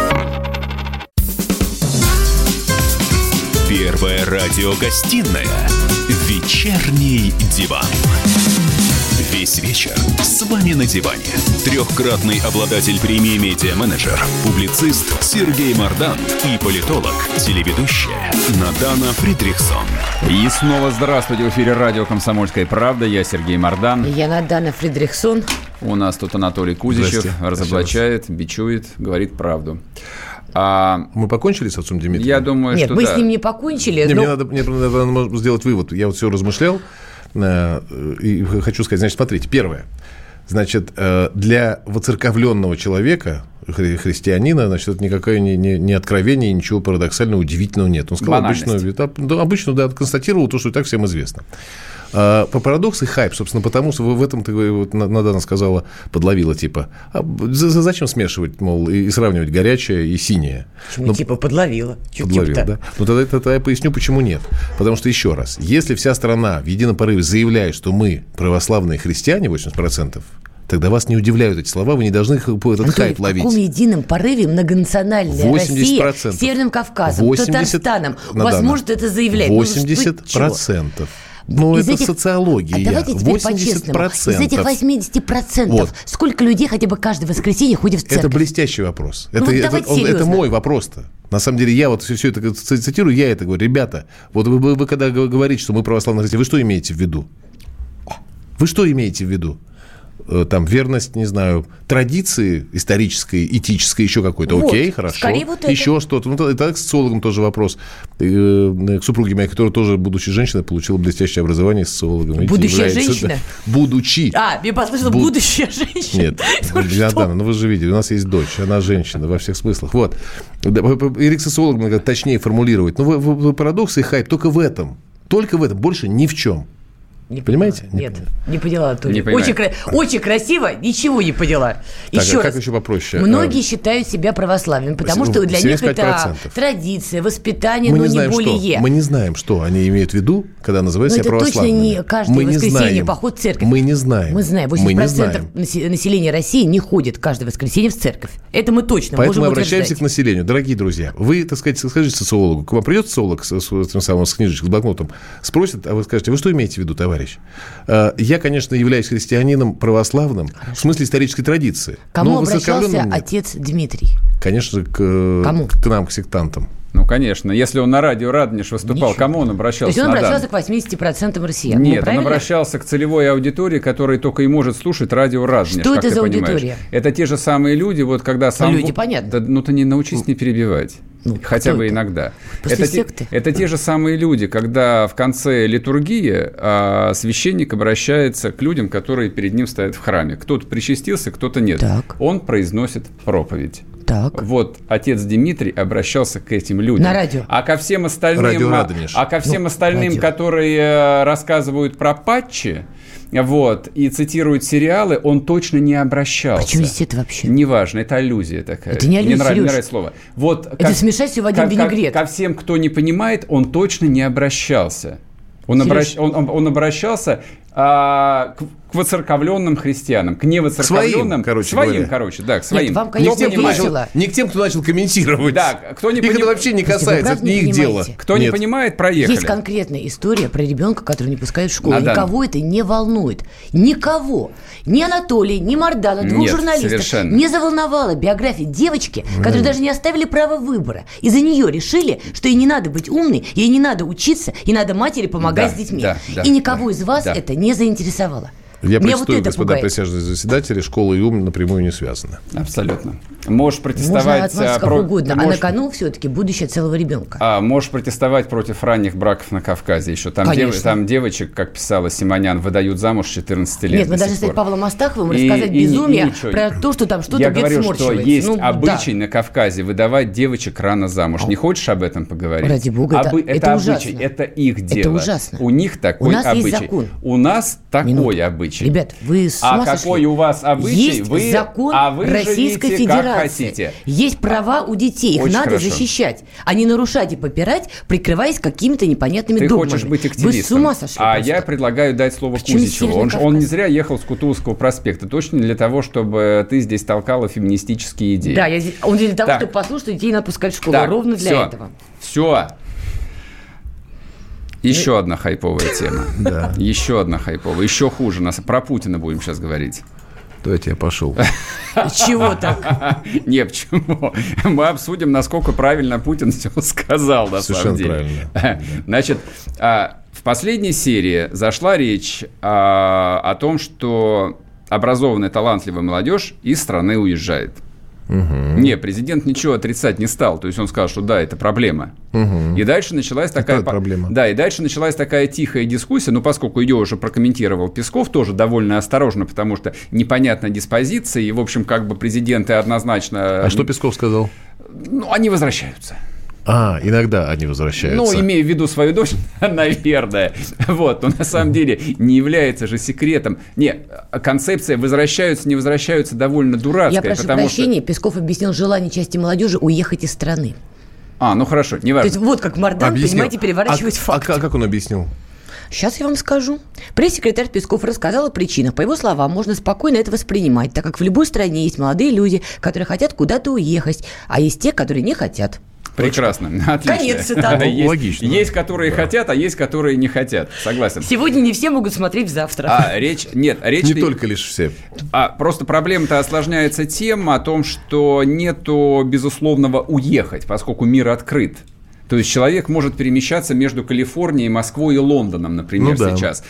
[SPEAKER 1] Первая радиогостинная «Вечерний диван». Весь вечер с вами на диване. Трехкратный обладатель премии «Медиа-менеджер», публицист Сергей Мардан и политолог, телеведущая Надана Фридрихсон.
[SPEAKER 2] И снова здравствуйте. В эфире радио «Комсомольская правда». Я Сергей Мардан.
[SPEAKER 3] Я Надана Фридрихсон.
[SPEAKER 2] У нас тут Анатолий Кузичев разоблачает, бичует, говорит правду.
[SPEAKER 4] Мы покончили с отцом Дмитрием?
[SPEAKER 2] Я думаю,
[SPEAKER 3] Нет,
[SPEAKER 2] что
[SPEAKER 3] мы с ним не покончили.
[SPEAKER 4] Мне надо сделать вывод. Я вот все размышлял и хочу сказать, значит, смотрите, первое. Значит, для воцерковленного человека, христианина, значит, это никакое не откровение, ничего парадоксального, удивительного нет. Он сказал обычно констатировал то, что и так всем известно. По парадокс и хайп, собственно, потому что в этом, вот, Надана сказала, подловила, типа, зачем смешивать, мол, и сравнивать горячее и синее?
[SPEAKER 3] Типа подловила.
[SPEAKER 4] Подловила, да? Ну, тогда я поясню, почему нет. Потому что, еще раз, если вся страна в едином порыве заявляет, что мы православные христиане, 80%, тогда вас не удивляют эти слова, вы не должны этот хайп ловить.
[SPEAKER 3] В каком едином порыве многонациональная Россия с Северным Кавказом, Татарстаном вас может это заявлять?
[SPEAKER 4] 80%. Ну, это социология.
[SPEAKER 3] Давайте теперь по-честному. Из этих 80% вот. Сколько людей хотя бы каждое воскресенье ходит в церковь?
[SPEAKER 4] Это блестящий вопрос. Это мой вопрос-то. На самом деле, я вот все это цитирую, я это говорю. Ребята, вот вы когда говорите, что мы православные христиане, вы что имеете в виду? Вы что имеете в виду? Там верность, не знаю, традиции исторической, этической, еще какой-то. Вот, окей, хорошо. Вот еще что-то. Ну, это к социологам тоже вопрос. К супруге моей, которая тоже, будучи женщиной, получила блестящее образование социологом.
[SPEAKER 3] Будущая женщина?
[SPEAKER 4] Будучи.
[SPEAKER 3] Я послышала, будущая женщина.
[SPEAKER 4] Нет, Надана, ну вы же видели, у нас есть дочь, она женщина во всех смыслах. Вот. Или к социологам точнее формулировать. Ну, вы парадокс и хайп только в этом. Только в этом, больше ни в чем.
[SPEAKER 3] Не
[SPEAKER 4] понимаете?
[SPEAKER 3] Не поняла, Анатолий. Очень красиво, ничего не поняла. Еще
[SPEAKER 4] как еще попроще?
[SPEAKER 3] Многие считают себя православными, потому что для них это традиция, воспитание, но не более.
[SPEAKER 4] Мы не знаем, что они имеют в виду, когда называют себя православными.
[SPEAKER 3] Это точно не каждое воскресенье поход в церковь.
[SPEAKER 4] Мы не знаем.
[SPEAKER 3] Мы знаем. 80% населения России не ходит каждое воскресенье в церковь. Это мы точно можем утверждать.
[SPEAKER 4] Поэтому мы обращаемся к населению. Дорогие друзья, вы, так сказать, скажите социологу, к вам придет социолог с книжечкой, с блокнотом, спросит, а вы скажете, вы что имеете в виду, товарищ? товарищ. Я, конечно, являюсь христианином православным, в смысле исторической традиции.
[SPEAKER 3] Кому обращался отец Дмитрий?
[SPEAKER 4] Конечно, к нам, к сектантам.
[SPEAKER 2] Ну, конечно. Если он на радио Радонеж выступал, кому он обращался?
[SPEAKER 3] То есть он обращался к 80% россиян.
[SPEAKER 2] Нет, он обращался к целевой аудитории, которая только и может слушать радио Радонеж.
[SPEAKER 3] Что это за аудитория?
[SPEAKER 2] Это те же самые люди, вот когда сам...
[SPEAKER 3] люди, понятно.
[SPEAKER 2] Да, ты не научись не перебивать. Хотя бы
[SPEAKER 3] это?
[SPEAKER 2] иногда.
[SPEAKER 3] После секты?
[SPEAKER 2] Это те же самые люди, когда в конце литургии священник обращается к людям, которые перед ним стоят в храме. Кто-то причастился, кто-то нет.
[SPEAKER 3] Так.
[SPEAKER 2] Он произносит проповедь.
[SPEAKER 3] Так.
[SPEAKER 2] Вот отец Дмитрий обращался к этим людям.
[SPEAKER 3] На радио.
[SPEAKER 2] А ко всем остальным, которые рассказывают про патчи, вот, и цитируют сериалы, он точно не обращался.
[SPEAKER 3] Почему здесь это вообще?
[SPEAKER 2] Неважно, это аллюзия такая.
[SPEAKER 3] Это не аллюзия,
[SPEAKER 2] Мне нравится слово. Вот,
[SPEAKER 3] это смешать все в один винегрет.
[SPEAKER 2] Ко всем, кто не понимает, он точно не обращался. Он обращался к воцерковленным христианам, к невоцерковленным.
[SPEAKER 4] К своим.
[SPEAKER 3] Вам, конечно, весело.
[SPEAKER 4] Не к тем, кто начал комментировать.
[SPEAKER 2] Да, кто не
[SPEAKER 4] их это вообще не касается, это не их дело.
[SPEAKER 2] Кто не понимает, проехали.
[SPEAKER 3] Есть конкретная история про ребенка, который не пускают в школу.
[SPEAKER 2] Надан.
[SPEAKER 3] Никого это не волнует. Никого. Ни Анатолий, ни Мардана, двух журналистов
[SPEAKER 2] совершенно.
[SPEAKER 3] Не заволновала биография девочки, которой даже не оставили права выбора. Из-за нее решили, что ей не надо быть умной, ей не надо учиться, ей надо матери помогать с детьми. И никого из вас это не заинтересовало.
[SPEAKER 4] Я протестую, господа присяжные заседатели, школа и ум напрямую не связаны.
[SPEAKER 2] Абсолютно. Можешь протестовать...
[SPEAKER 3] Можно отмазаться как угодно, а на кону все-таки будущее целого ребенка.
[SPEAKER 2] Можешь протестовать против ранних браков на Кавказе еще. Там девочек, как писала Симонян, выдают замуж 14 лет.
[SPEAKER 3] Нет, мы должны стать Павлом Астаховым и рассказать безумие про то, что там что-то где-то сморщивается.
[SPEAKER 2] Я говорю, что есть обычай на Кавказе выдавать девочек рано замуж. Не хочешь об этом поговорить?
[SPEAKER 3] Ради бога, это ужасно.
[SPEAKER 2] Это их дело.
[SPEAKER 3] Это ужасно.
[SPEAKER 2] У них такой обычай.
[SPEAKER 3] У нас есть закон.
[SPEAKER 2] У нас такой обычай.
[SPEAKER 3] Ребят, вы с ума сошли?
[SPEAKER 2] Какой у вас обычай?
[SPEAKER 3] Есть закон Российской
[SPEAKER 2] живите,
[SPEAKER 3] Федерации.
[SPEAKER 2] Как хотите.
[SPEAKER 3] Есть права у детей. Их надо защищать, а не нарушать и попирать, прикрываясь какими-то непонятными догмами.
[SPEAKER 2] Ты хочешь быть активистом.
[SPEAKER 3] Вы с ума сошли просто.
[SPEAKER 2] Я предлагаю дать слово Кузичеву. Он не зря ехал с Кутузовского проспекта. Точно для того, чтобы ты здесь толкала феминистические идеи.
[SPEAKER 3] Да, он для того, чтобы послушать, что детей надо пускать в школу. Ровно для этого.
[SPEAKER 2] Все. Еще одна хайповая тема. Еще одна хайповая. Еще хуже. Про Путина будем сейчас говорить.
[SPEAKER 4] Давайте я пошел.
[SPEAKER 3] Чего так?
[SPEAKER 2] Не, почему? Мы обсудим, насколько правильно Путин все сказал, на самом деле.
[SPEAKER 4] Совершенно правильно.
[SPEAKER 2] Значит, в последней серии зашла речь о том, что образованная, талантливая молодежь из страны уезжает. Не, президент ничего отрицать не стал. То есть он сказал, что да, это проблема. И дальше началась такая
[SPEAKER 4] проблема.
[SPEAKER 2] Да, и дальше началась такая тихая дискуссия. Но поскольку ее уже прокомментировал Песков, тоже довольно осторожно, потому что непонятна диспозиция. И, в общем, как бы президенты однозначно...
[SPEAKER 4] А что Песков сказал?
[SPEAKER 2] Они возвращаются.
[SPEAKER 4] Иногда они возвращаются.
[SPEAKER 2] Имея в виду свою дочь, наверное. Но на самом деле не является же секретом. Концепция возвращаются, не возвращаются довольно дурацкая.
[SPEAKER 3] Я прошу прощения, Песков объяснил желание части молодежи уехать из страны.
[SPEAKER 2] Хорошо, неважно.
[SPEAKER 3] То есть вот как Мардан, понимаете, переворачивать факты.
[SPEAKER 4] А как он объяснил?
[SPEAKER 3] Сейчас я вам скажу. Пресс-секретарь Песков рассказал о причинах. По его словам, можно спокойно это воспринимать, так как в любой стране есть молодые люди, которые хотят куда-то уехать, а есть те, которые не хотят.
[SPEAKER 2] Прекрасно, отлично.
[SPEAKER 3] Конец цитаты.
[SPEAKER 4] Логично.
[SPEAKER 2] Есть, которые хотят, а есть, которые не хотят. Согласен.
[SPEAKER 3] Сегодня не все могут смотреть в завтра.
[SPEAKER 2] Речь
[SPEAKER 4] не только лишь все.
[SPEAKER 2] Просто проблема-то осложняется тем, о том, что нету безусловного уехать, поскольку мир открыт. То есть человек может перемещаться между Калифорнией, Москвой и Лондоном, например, сейчас.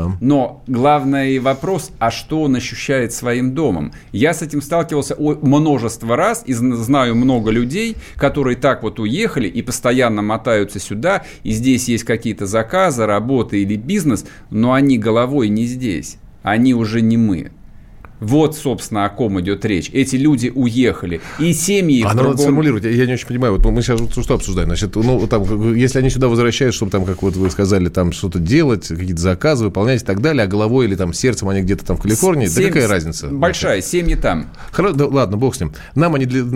[SPEAKER 2] Но главный вопрос, а что он ощущает своим домом? Я с этим сталкивался множество раз и знаю много людей, которые так вот уехали и постоянно мотаются сюда, и здесь есть какие-то заказы, работы или бизнес, но они головой не здесь, они уже не мы. Вот, собственно, о ком идет речь. Эти люди уехали. И семьи в другом...
[SPEAKER 4] Надо сформулировать. Я не очень понимаю. Вот мы сейчас что обсуждаем? Значит, если они сюда возвращаются, чтобы там, как вот вы сказали, там что-то делать, какие-то заказы выполнять и так далее, а головой или там сердцем они где-то там в Калифорнии, да какая разница?
[SPEAKER 2] Большая, семьи там.
[SPEAKER 4] Ладно, бог с ним. Нам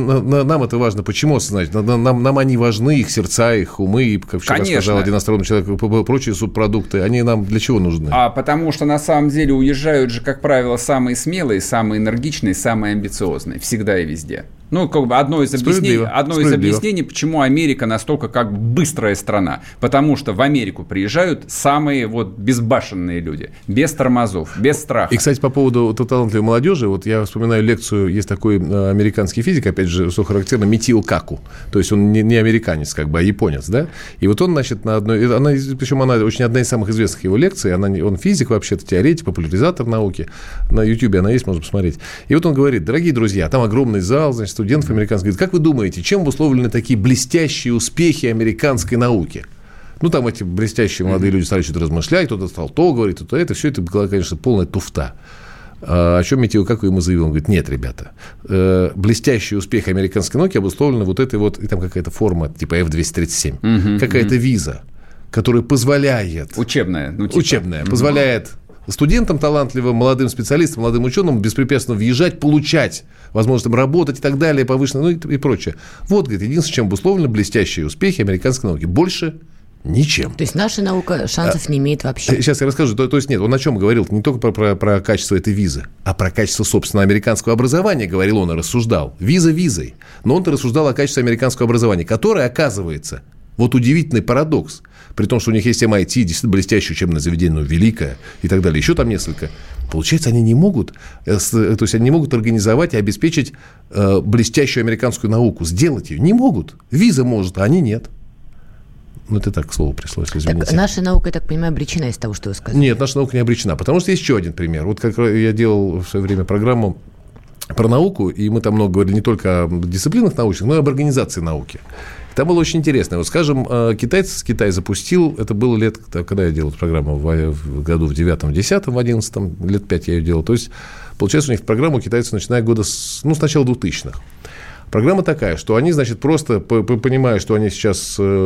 [SPEAKER 4] это важно. Почему осознать? Нам они важны, их сердца, их умы, и, как вчера сказал один остроумный человек, прочие субпродукты. Они нам для чего нужны?
[SPEAKER 2] Потому что на самом деле уезжают же, как правило, самые смелые, самые энергичные, самые амбициозные. Всегда и везде. Ну, как бы одно из объяснений, почему Америка настолько как бы быстрая страна. Потому что в Америку приезжают самые вот безбашенные люди, без тормозов, без страха.
[SPEAKER 4] И, кстати, по поводу талантливой молодежи, вот я вспоминаю лекцию, есть такой американский физик, опять же, что характерно, Митио Каку. То есть он не американец, как бы, а японец, да? И вот он, значит, на одной... Причем она очень одна из самых известных его лекций. Он физик вообще-то, теоретик, популяризатор науки. На Ютьюбе она есть, можно посмотреть. И вот он говорит: дорогие друзья, там огромный зал, значит, студентов американских. Говорит: как вы думаете, чем обусловлены такие блестящие успехи американской науки? Ну, там эти блестящие молодые люди стали что-то размышлять, кто-то стал то говорить, кто-то это. Все это была, конечно, полная туфта. О чем Митио Каку ему заявил? Он говорит: нет, ребята, блестящий успех американской науки обусловлены вот этой вот, и там какая-то форма типа F-237, какая-то виза, которая позволяет...
[SPEAKER 2] Учебная.
[SPEAKER 4] Позволяет студентам талантливым, молодым специалистам, молодым ученым беспрепятственно въезжать, получать возможность там работать и так далее, повышенно, ну и прочее. Вот, говорит, единственное, чем обусловлены блестящие успехи американской науки. Больше ничем.
[SPEAKER 3] То есть наша наука шансов не имеет вообще.
[SPEAKER 4] Сейчас я расскажу. То есть нет, он о чем говорил? Не только про качество этой визы, а про качество, собственно, американского образования, говорил он и рассуждал. Виза визой. Но он-то рассуждал о качестве американского образования, которое, оказывается, вот удивительный парадокс. При том, что у них есть MIT, действительно блестящее учебное заведение, но великое и так далее. Еще там несколько. Получается, они не могут, то есть они не могут организовать и обеспечить блестящую американскую науку, сделать ее. Не могут. Виза может, а они нет. Ну, это так, к слову пришлось, извините.
[SPEAKER 3] Так наша наука, я так понимаю, обречена из того, что вы сказали.
[SPEAKER 4] Нет, наша наука не обречена, потому что есть еще один пример. Вот как я делал в свое время программу про науку, и мы там много говорили не только о дисциплинах научных, но и об организации науки. Там было очень интересно. Вот, скажем, Китай запустил, это было лет, когда я делал эту программу, в году в 9-м, 10-м, в 11-м, лет 5 я ее делал. То есть, получается, у них программа у китайцев, начиная года с начала 2000-х. Программа такая, что они, значит, просто понимая, что они сейчас,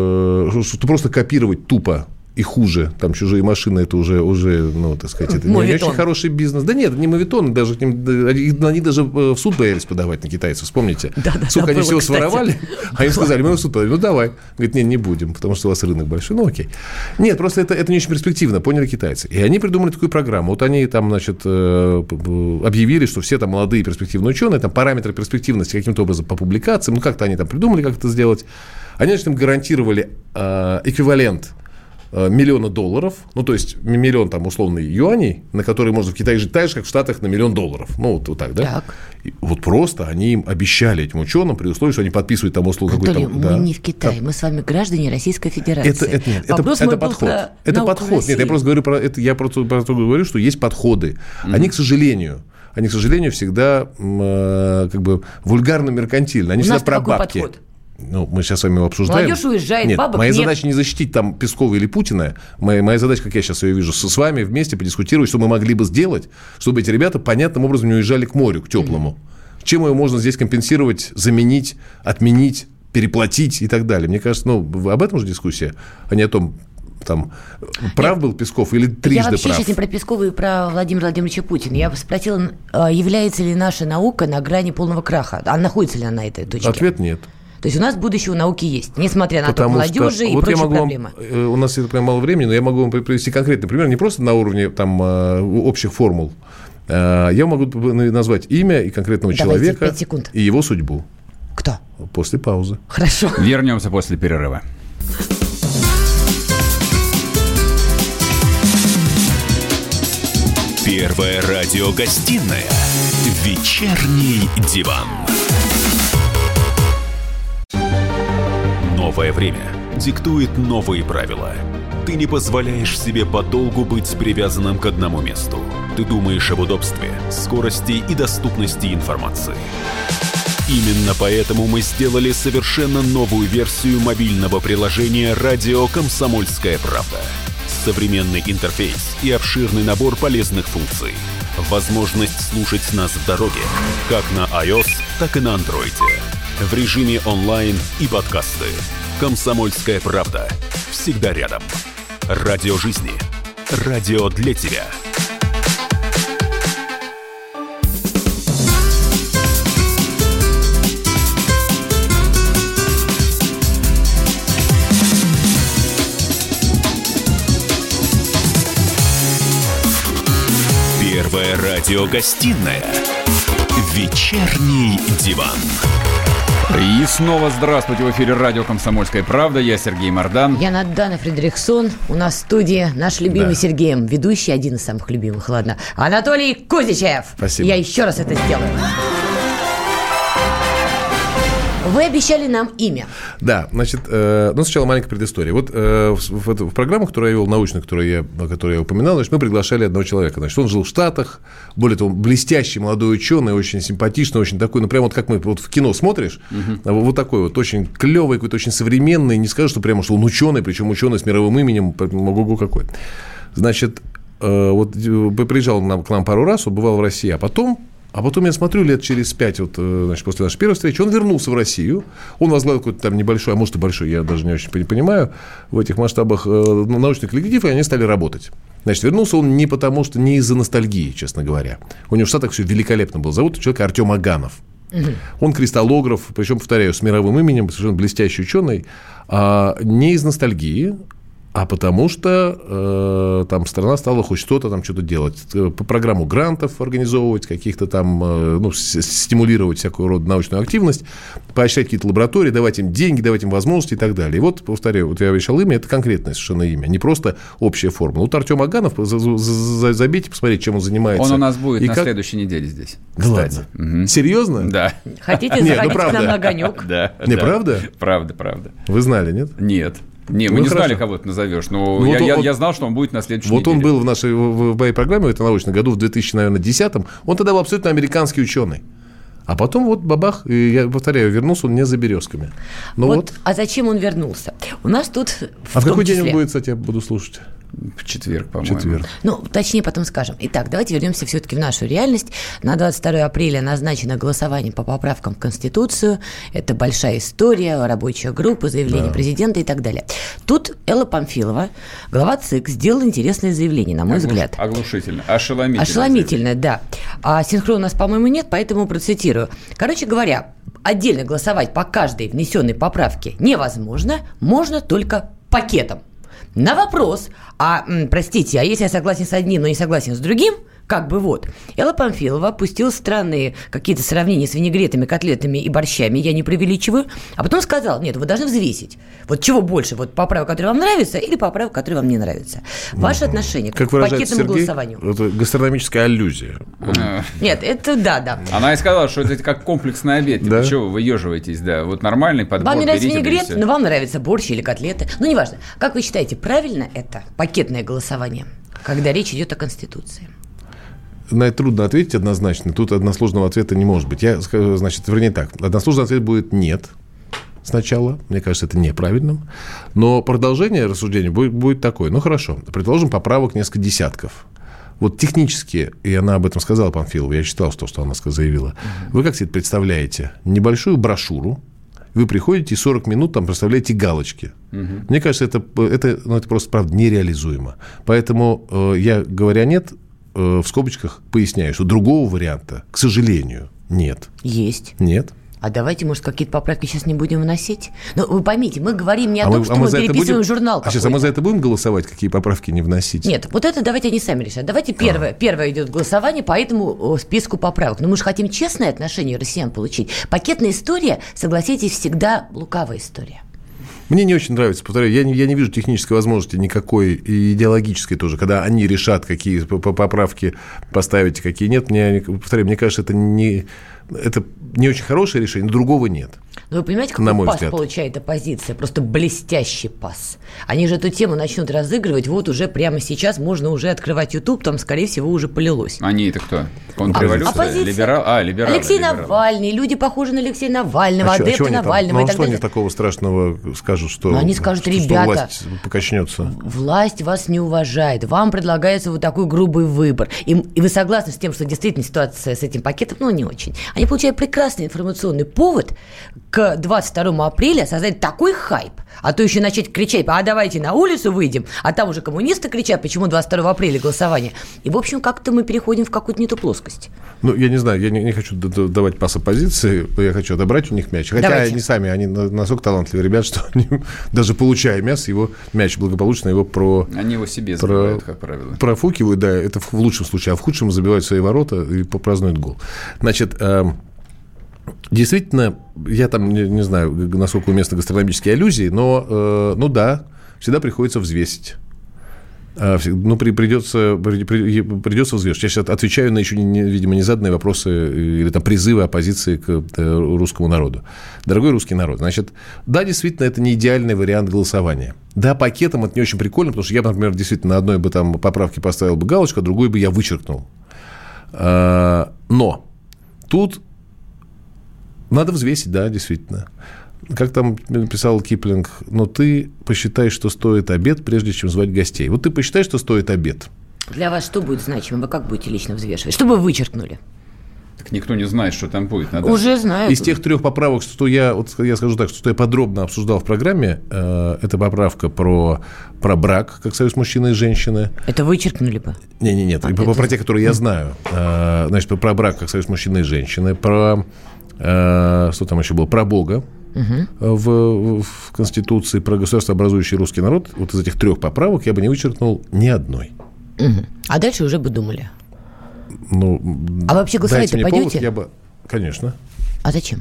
[SPEAKER 4] что просто копировать тупо и хуже, там чужие машины, это уже, ну, так сказать, это не очень хороший бизнес. Да нет, не моветон, даже они даже в суд боялись подавать на китайцев, вспомните. Сколько они всего своровали, а им сказали: мы в суд подаем. Ну, давай. Говорит: нет, не будем, потому что у вас рынок большой. Ну, окей. Нет, просто это не очень перспективно, поняли китайцы. И они придумали такую программу. Вот они там, значит, объявили, что все там молодые перспективные ученые, там параметры перспективности каким-то образом по публикациям, ну, как-то они там придумали, как это сделать. Они, значит, им гарантировали эквивалент $1 миллион, ну, то есть миллион, там, условно, юаней, на которые можно в Китае жить так же, как в Штатах, на $1 миллион. Ну, вот так, да?
[SPEAKER 3] Так.
[SPEAKER 4] И вот просто они им обещали, этим ученым, при условии, что они подписывают там условно
[SPEAKER 3] какой-то...
[SPEAKER 4] Анатолий,
[SPEAKER 3] мы не в Китае, мы с вами граждане Российской Федерации.
[SPEAKER 4] Это подход. Это подход. Нет, я просто говорю про это, я просто говорю, что есть подходы. Они, к сожалению, всегда как бы вульгарно-меркантильны. Они всегда про бабки. Подход? Ну, мы сейчас с вами его обсуждаем.
[SPEAKER 3] Молодежь уезжает,
[SPEAKER 4] нет,
[SPEAKER 3] бабок
[SPEAKER 4] моя
[SPEAKER 3] нет.
[SPEAKER 4] задача не защитить там Пескова или Путина. Моя задача, как я сейчас ее вижу, с вами вместе подискутировать, что мы могли бы сделать, чтобы эти ребята понятным образом не уезжали к морю, к теплому. Чем его можно здесь компенсировать, заменить, отменить, переплатить и так далее. Мне кажется, об этом же дискуссия, а не о том, там, прав был Песков или трижды прав.
[SPEAKER 3] Я вообще сейчас не про Пескова и про Владимира Владимировича Путина. Я спросила, является ли наша наука на грани полного краха? А находится ли она на этой точке?
[SPEAKER 4] Ответ нет.
[SPEAKER 3] То есть у нас будущее у науки есть, несмотря на то, молодежи и вот прочие проблемы.
[SPEAKER 4] У нас прям мало времени, но я могу вам привести конкретный пример, не просто на уровне там, общих формул. Я могу назвать имя и конкретного человека и его судьбу.
[SPEAKER 3] Кто?
[SPEAKER 4] После паузы.
[SPEAKER 3] Хорошо.
[SPEAKER 2] Вернемся после перерыва.
[SPEAKER 1] Первая радиогостинная «Вечерний диван». Новое время диктует новые правила. Ты не позволяешь себе подолгу быть привязанным к одному месту. Ты думаешь об удобстве, скорости и доступности информации. Именно поэтому мы сделали совершенно новую версию мобильного приложения «Радио Комсомольская правда». Современный интерфейс и обширный набор полезных функций. Возможность слушать нас в дороге, как на iOS, так и на Android. В режиме онлайн и подкасты. «Комсомольская правда». Всегда рядом. Радио жизни. Радио для тебя. Первая радиогостинная Вечерний диван.
[SPEAKER 2] И снова здравствуйте. В эфире радио «Комсомольская правда». Я Сергей Мордан.
[SPEAKER 3] Я Надана Фредериксон. У нас в студии наш любимый Сергеем, ведущий, один из самых любимых, ладно, Анатолий Кузичев.
[SPEAKER 4] Спасибо.
[SPEAKER 3] Я еще раз это сделаю. Вы обещали нам имя.
[SPEAKER 4] Да, значит, сначала маленькая предыстория. Вот в программу, которую я вел, научную, которую я упоминал, значит, мы приглашали одного человека. Значит, он жил в Штатах, более того, блестящий молодой ученый, очень симпатичный, очень такой, ну, прямо вот как мы вот в кино смотришь, вот такой вот, очень клевый, какой-то очень современный, не скажу, что прямо, что он ученый, причем ученый с мировым именем, ого-го какой. Значит, вот приезжал к нам пару раз, он бывал в России, а потом я смотрю, лет через 5, вот, значит, после нашей первой встречи, он вернулся в Россию. Он возглавил какой-то там небольшой, а может и большой, я даже не очень понимаю, в этих масштабах научный коллектив, и они стали работать. Значит, вернулся он не из-за ностальгии, честно говоря. У него в Штатах все великолепно было. Зовут человека Артем Аганов. Он кристаллограф, причем, повторяю, с мировым именем, совершенно блестящий ученый, не из ностальгии, а потому что там страна стала хоть что-то там что-то делать. По программу грантов организовывать, каких-то там, стимулировать всякого рода научную активность, поощрять какие-то лаборатории, давать им деньги, давать им возможности и так далее. И вот, повторяю, вот я обещал имя, это конкретное совершенно имя, не просто общая формула. Вот Артем Аганов, забейте, посмотрите, чем он занимается.
[SPEAKER 2] Он у нас будет на следующей неделе здесь.
[SPEAKER 4] Да ладно? Угу. Серьезно?
[SPEAKER 2] Да.
[SPEAKER 3] Хотите заходить к нам на огонек?
[SPEAKER 2] Да.
[SPEAKER 4] Не, правда?
[SPEAKER 2] Правда.
[SPEAKER 4] Вы знали, нет?
[SPEAKER 2] Нет. Не, мы не знали, кого ты назовешь, но я знал, что он будет на следующей неделе.
[SPEAKER 4] Вот он был в моей программе, это научном году, в 2010-м. Он тогда был абсолютно американский ученый. А потом вот бабах, и я повторяю, вернулся он не за березками.
[SPEAKER 3] А зачем он вернулся? У нас тут
[SPEAKER 4] в какой день он будет, кстати, я буду слушать?
[SPEAKER 2] В четверг, по-моему.
[SPEAKER 3] Точнее, потом скажем. Итак, давайте вернемся все-таки в нашу реальность. На 22 апреля назначено голосование по поправкам в Конституцию. Это большая история, рабочая группа, заявление президента и так далее. Тут Элла Памфилова, глава ЦИК, сделала интересное заявление, на мой взгляд.
[SPEAKER 2] Оглушительно. Ошеломительно.
[SPEAKER 3] Ошеломительно, да. А синхрона у нас, по-моему, нет, поэтому процитирую. Короче говоря, отдельно голосовать по каждой внесенной поправке невозможно, можно только пакетом. На вопрос, простите, а если я согласен с одним, но не согласен с другим, Элла Памфилова опустила странные какие-то сравнения с винегретами, котлетами и борщами, я не преувеличиваю, а потом сказала, нет, вы должны взвесить, вот чего больше, вот поправка, которая вам нравится, или поправка, которая вам не нравится. Ваше отношение к пакетному голосованию.
[SPEAKER 4] Это гастрономическая аллюзия.
[SPEAKER 3] Нет, это да.
[SPEAKER 2] Она и сказала, что это как комплексный обед, типа, чего вы выеживаетесь, да, вот нормальный подбор.
[SPEAKER 3] Вам не нравится винегрет, но вам нравится борщ или котлеты, неважно. Как вы считаете, правильно это пакетное голосование, когда речь идет о Конституции?
[SPEAKER 4] На это трудно ответить однозначно. Тут односложного ответа не может быть. Односложный ответ будет «нет» сначала. Мне кажется, это неправильным. Но продолжение рассуждения будет такое. Хорошо. Предположим, поправок несколько десятков. Вот технически, и она об этом сказала, Памфилова, я читал что она заявила. Вы как себе представляете? Небольшую брошюру, вы приходите и 40 минут там проставляете галочки. Мне кажется, это просто, правда, нереализуемо. Поэтому я, говоря «нет», в скобочках поясняю, что другого варианта, к сожалению, нет.
[SPEAKER 3] Есть.
[SPEAKER 4] Нет.
[SPEAKER 3] А давайте, может, какие-то поправки сейчас не будем вносить? Вы поймите, мы говорим не о том, что мы переписываем журнал какой-то.
[SPEAKER 4] Сейчас, мы за это будем голосовать, какие поправки не вносить?
[SPEAKER 3] Нет, вот это давайте они сами решат. Давайте первое идет голосование по этому списку поправок. Но мы же хотим честное отношение россиян получить. Пакетная история, согласитесь, всегда лукавая история.
[SPEAKER 4] Мне не очень нравится, повторяю, я не вижу технической возможности никакой, и идеологической тоже, когда они решат, какие поправки поставить, какие нет. Мне кажется, это не очень хорошее решение, но другого нет.
[SPEAKER 3] Но вы понимаете, какой пас получает оппозиция? Просто блестящий пас. Они же эту тему начнут разыгрывать, вот уже прямо сейчас можно уже открывать YouTube, там, скорее всего, уже полилось.
[SPEAKER 2] Они это кто? Контрреволюция? Либералы.
[SPEAKER 3] Алексей Навальный, люди похожи на Алексея Навального, адепты Навального и так далее.
[SPEAKER 4] Что они такого страшного скажут, что
[SPEAKER 3] они скажут, ребята,
[SPEAKER 4] власть покачнется?
[SPEAKER 3] Власть вас не уважает, вам предлагается вот такой грубый выбор. И вы согласны с тем, что действительно ситуация с этим пакетом, не очень. Они получают прекрасный информационный повод к 22 апреля создать такой хайп, А то еще начать кричать, а давайте на улицу выйдем, а там уже коммунисты кричат, почему 22 апреля голосование. И, в общем, как-то мы переходим в какую-то не ту плоскость.
[SPEAKER 4] Ну, я не знаю, я не хочу давать пас оппозиции, я хочу отобрать у них мяч. Хотя
[SPEAKER 3] Давайте.
[SPEAKER 4] они сами, они настолько талантливые ребят, что они, даже получая мяч благополучно его
[SPEAKER 2] Они его себе забивают, как правило.
[SPEAKER 4] профукивают, да, это в лучшем случае, а в худшем забивают свои ворота и попразднуют гол. Значит, действительно, я там не знаю, насколько уместны гастрономические аллюзии, но, ну да, всегда приходится взвесить. Ну, придется взвешивать. Я сейчас отвечаю на еще, видимо, не заданные вопросы или там призывы оппозиции к русскому народу. Дорогой русский народ, значит, да, действительно, это не идеальный вариант голосования. Да, пакетом это не очень прикольно, потому что я, например, действительно на одной бы там поправке поставил бы галочку, а другой бы я вычеркнул. Но тут надо взвесить, да, действительно. Как там писал Киплинг, но ты посчитай, что стоит обед, прежде чем звать гостей. Вот ты посчитай, что стоит обед.
[SPEAKER 3] Для вас что будет значимо? Вы как будете лично взвешивать? Что бы вы вычеркнули?
[SPEAKER 2] Так никто не знает, что там будет.
[SPEAKER 3] Уже знаю.
[SPEAKER 4] Из тех 3 поправок, что я скажу так, что я подробно обсуждал в программе, это поправка про брак, как союз мужчины и женщины.
[SPEAKER 3] Это вычеркнули бы?
[SPEAKER 4] Нет. Про те, которые я знаю. Значит, про брак, как союз мужчины и женщины, про... Что там еще было? Про Бога. В Конституции, про государствообразующий русский народ, вот из этих 3 поправок я бы не вычеркнул ни одной.
[SPEAKER 3] А дальше уже бы думали.
[SPEAKER 4] Ну,
[SPEAKER 3] а вы вообще голосовать-то пойдете?
[SPEAKER 4] Конечно.
[SPEAKER 3] А зачем?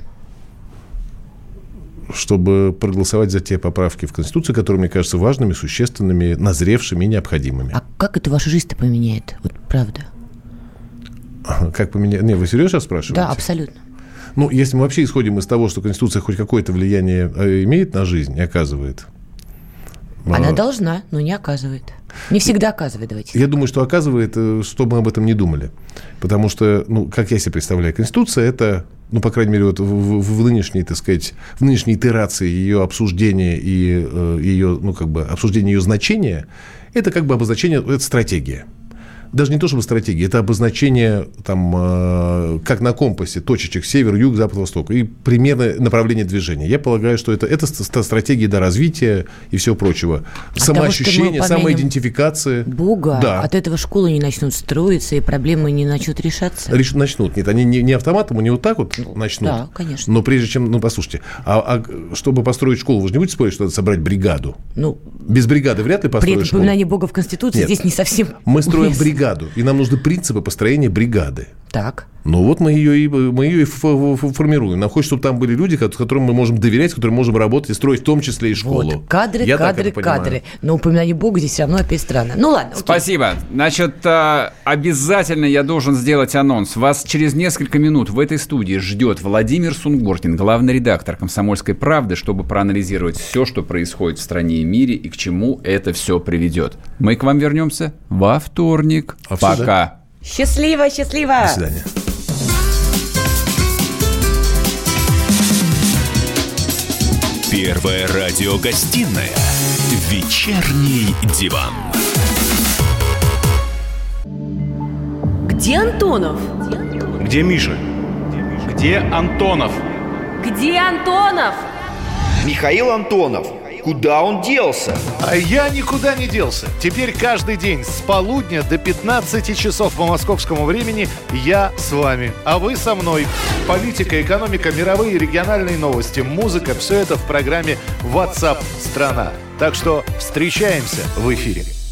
[SPEAKER 4] Чтобы проголосовать за те поправки в Конституции, которые, мне кажутся, важными, существенными, назревшими и необходимыми.
[SPEAKER 3] А как это вашу жизнь-то поменяет? Вот правда.
[SPEAKER 4] Как поменяет? Не, вы серьезно спрашиваете?
[SPEAKER 3] Да, абсолютно.
[SPEAKER 4] Ну, если мы вообще исходим из того, что Конституция хоть какое-то влияние имеет на жизнь и оказывает.
[SPEAKER 3] Она должна, но не оказывает. Не всегда оказывает, давайте.
[SPEAKER 4] Я думаю, что оказывает, что мы об этом не думали. Потому что, ну, как я себе представляю, Конституция – это, ну, по крайней мере, вот в нынешней, так сказать, в нынешней итерации ее обсуждения и ее, ну, как бы, обсуждения ее значения, это как бы обозначение, это стратегия. Даже не то, чтобы стратегия, это обозначение, там, как на компасе, точечек север, юг, запад, восток, и примерное направление движения. Я полагаю, что это стратегия до развития и всего прочего. Самоощущение, самоидентификация.
[SPEAKER 3] Бога,
[SPEAKER 4] да.
[SPEAKER 3] От этого школы не начнут строиться, и проблемы не начнут решаться.
[SPEAKER 4] Начнут. Нет, они не автоматом, они вот так вот начнут.
[SPEAKER 3] Да, конечно.
[SPEAKER 4] Но прежде чем, ну, послушайте, чтобы построить школу, вы же не будете спорить, что надо собрать бригаду? Ну, без бригады вряд ли построить школу.
[SPEAKER 3] При упоминании Бога в Конституции здесь не совсем...
[SPEAKER 4] Мы строим бригаду, и нам нужны принципы построения бригады.
[SPEAKER 3] Так.
[SPEAKER 4] Ну вот мы ее и формируем. Нам хочется, чтобы там были люди, которым мы можем доверять, с которыми мы можем работать и строить в том числе и школу.
[SPEAKER 3] Вот. Кадры. Но упоминание Бога здесь все равно опять странно. Ну ладно. Окей.
[SPEAKER 2] Спасибо. Значит, обязательно я должен сделать анонс. Вас через несколько минут в этой студии ждет Владимир Сунгоркин, главный редактор «Комсомольской правды», чтобы проанализировать все, что происходит в стране и мире и к чему это все приведет. Мы к вам вернемся во вторник. Пока.
[SPEAKER 3] Счастливо.
[SPEAKER 4] До свидания.
[SPEAKER 1] Первая радиогостинная «Вечерний диван».
[SPEAKER 5] Где Антонов?
[SPEAKER 6] Где Миша? Где Антонов?
[SPEAKER 5] Где Антонов?
[SPEAKER 7] Михаил Антонов. Куда он делся?
[SPEAKER 8] А я никуда не делся. Теперь каждый день с полудня до 15 часов по московскому времени я с вами, а вы со мной. Политика, экономика, мировые и региональные новости, музыка – все это в программе WhatsApp страна. Так что встречаемся в эфире.